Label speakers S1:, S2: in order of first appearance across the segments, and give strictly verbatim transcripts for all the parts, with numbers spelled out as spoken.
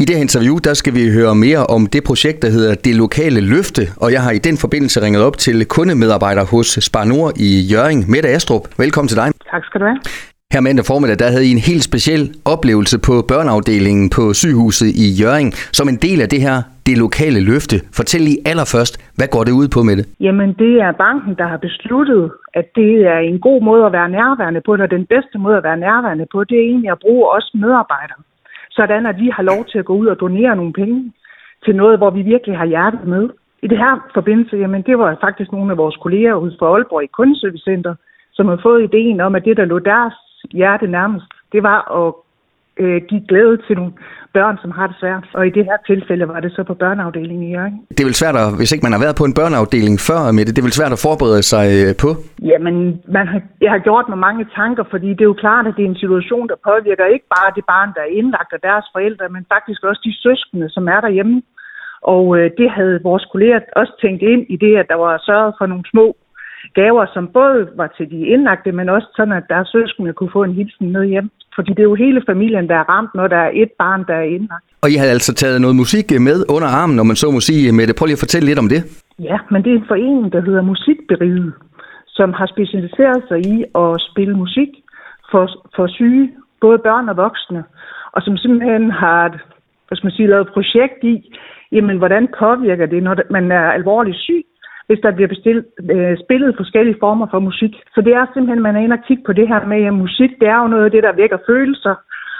S1: I det her interview, der skal vi høre mere om det projekt, der hedder Det Lokale Løfte, og jeg har i den forbindelse ringet op til kundemedarbejder hos Spar Nord i Hjørring, Mette Astrup. Velkommen til dig.
S2: Tak skal du have.
S1: Her mandag formiddag, der havde I en helt speciel oplevelse på børneafdelingen på sygehuset i Hjørring, som en del af det her Det Lokale Løfte. Fortæl lige allerførst, hvad går det ud på med det?
S2: Jamen, det er banken, der har besluttet, at det er en god måde at være nærværende på, eller den bedste måde at være nærværende på, det er egentlig at bruge os medarbejdere. Sådan at vi har lov til at gå ud og donere nogle penge til noget, hvor vi virkelig har hjertet med. I det her forbindelse, jamen det var faktisk nogle af vores kolleger ude fra Aalborg i Kundeservicecenter, som har fået ideen om, at det, der lå deres hjerte nærmest, det var at øh, give glæde til nogle børn, som har det svært. Og i det her tilfælde var det så på børneafdelingen i Hjørring.
S1: Det er vel svært, at, hvis ikke man har været på en børneafdeling før med det, det er vel svært at forberede sig på?
S2: Jamen, man har, jeg har gjort mig mange tanker, fordi det er jo klart, at det er en situation, der påvirker ikke bare det barn, der er indlagt af deres forældre, men faktisk også de søskende, som er derhjemme. Og øh, det havde vores kolleger også tænkt ind i det, at der var sørget for nogle små gaver, som både var til de indlagte, men også sådan, at deres søskende kunne få en hilsen med hjem. Fordi det er jo hele familien, der er ramt, når der er et barn, der er indlagt.
S1: Og I havde altså taget noget musik med under armen, når man så må sige. Mette, prøv lige at fortælle lidt om det.
S2: Ja, men det er en forening, der hedder Musikberiget, som har specialiseret sig i at spille musik for, for syge, både børn og voksne. Og som simpelthen har, hvad skal man sige, lavet et projekt i, jamen hvordan påvirker det, når man er alvorligt syg, hvis der bliver bestilt, øh, spillet forskellige former for musik. Så det er simpelthen, man er inde og kigge på det her med, at musik, det er jo noget af det, der vækker følelser,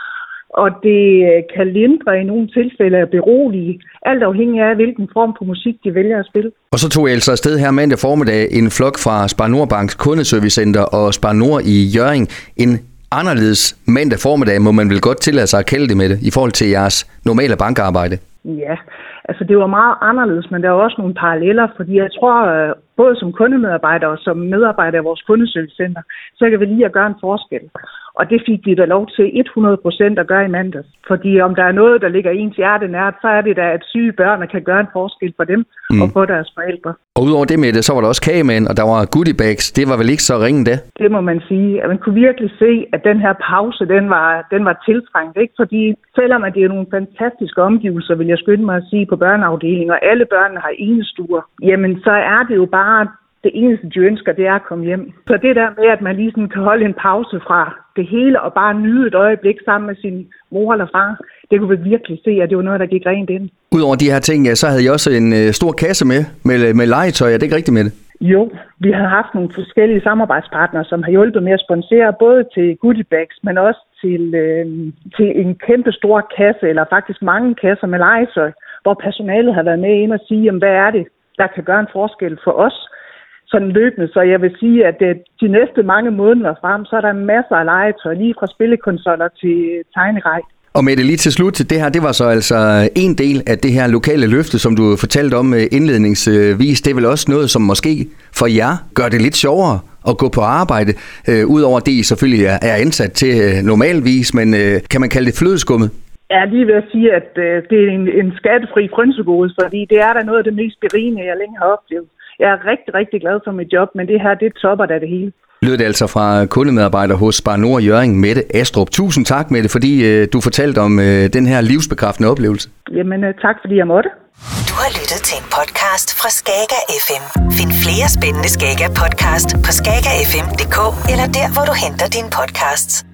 S2: og det kan lindre i nogle tilfælde at berolige, alt afhængig af, hvilken form for musik de vælger at spille.
S1: Og så tog jeg altså afsted her mandag formiddag en flok fra Spar Nord Banks Kundeservicecenter og Spar Nord i Hjørring. En anderledes mandag formiddag, må man vel godt tillade sig at kalde det med det, i forhold til jeres normale bankarbejde.
S2: Ja, altså det var meget anderledes, men der er også nogle paralleller, fordi jeg tror, både som kundemedarbejder og som medarbejder af vores kundeservicecenter, så kan vi lige at gøre en forskel. Og det fik vi da lov til hundrede procent at gøre i mandags. Fordi om der er noget, der ligger ens hjerte nært, så er det da, at syge børn kan gøre en forskel for dem mm. og for deres forældre.
S1: Og udover det med det, så var der også kagemænd, og der var goodie bags. Det var vel ikke så ringe da?
S2: Det må man sige. At man kunne virkelig se, at den her pause, den var, den var tiltrængt. Ikke? Fordi selvom at det er nogle fantastiske omgivelser, vil jeg skynde mig at sige, på børneafdelingen, og alle børnene har enestuer, jamen så er det jo bare det eneste, de ønsker, det er at komme hjem. Så det der med, at man lige sådan kan holde en pause fra det hele og bare nyde et øjeblik sammen med sin mor eller far, det kunne vi virkelig se, at det var noget, der gik rent ind.
S1: Udover de her ting, så havde I også en øh, stor kasse med, med, med legetøj. Er det ikke rigtigt med det?
S2: Jo, vi har haft nogle forskellige samarbejdspartnere, som har hjulpet med at sponsere både til goodie bags, men også til, øh, til en kæmpe stor kasse, eller faktisk mange kasser med legetøj, hvor personalet har været med ind og sige, jamen, hvad er det, der kan gøre en forskel for os, sådan løbende. Så jeg vil sige, at de næste mange måneder frem, så er der masser af legetøj, lige fra spillekonsoller til tegnerej.
S1: Og med det lige til slut, det her, det var så altså en del af det her lokale løfte, som du fortalte om indledningsvis. Det er vel også noget, som måske for jer gør det lidt sjovere at gå på arbejde, øh, udover det I selvfølgelig er, er ansat til øh, normalvis, men øh, kan man kalde det flødeskummet?
S2: Jeg er lige ved at sige, at øh, det er en, en skattefri frynsegode, fordi det er da noget af det mest berigende, jeg længe har oplevet. Jeg er rigtig, rigtig glad for mit job, men det her, det topper da det hele.
S1: Lød det altså fra kundemedarbejder hos Spar Nord Hjørring, Mette Astrup. Tusind tak, Mette, fordi øh, du fortalte om øh, den her livsbekræftende oplevelse.
S2: Jamen, øh, tak fordi jeg måtte.
S3: Du har lyttet til en podcast fra Skager F M. Find flere spændende Skager podcast på skager f m punktum d k eller der, hvor du henter dine podcasts.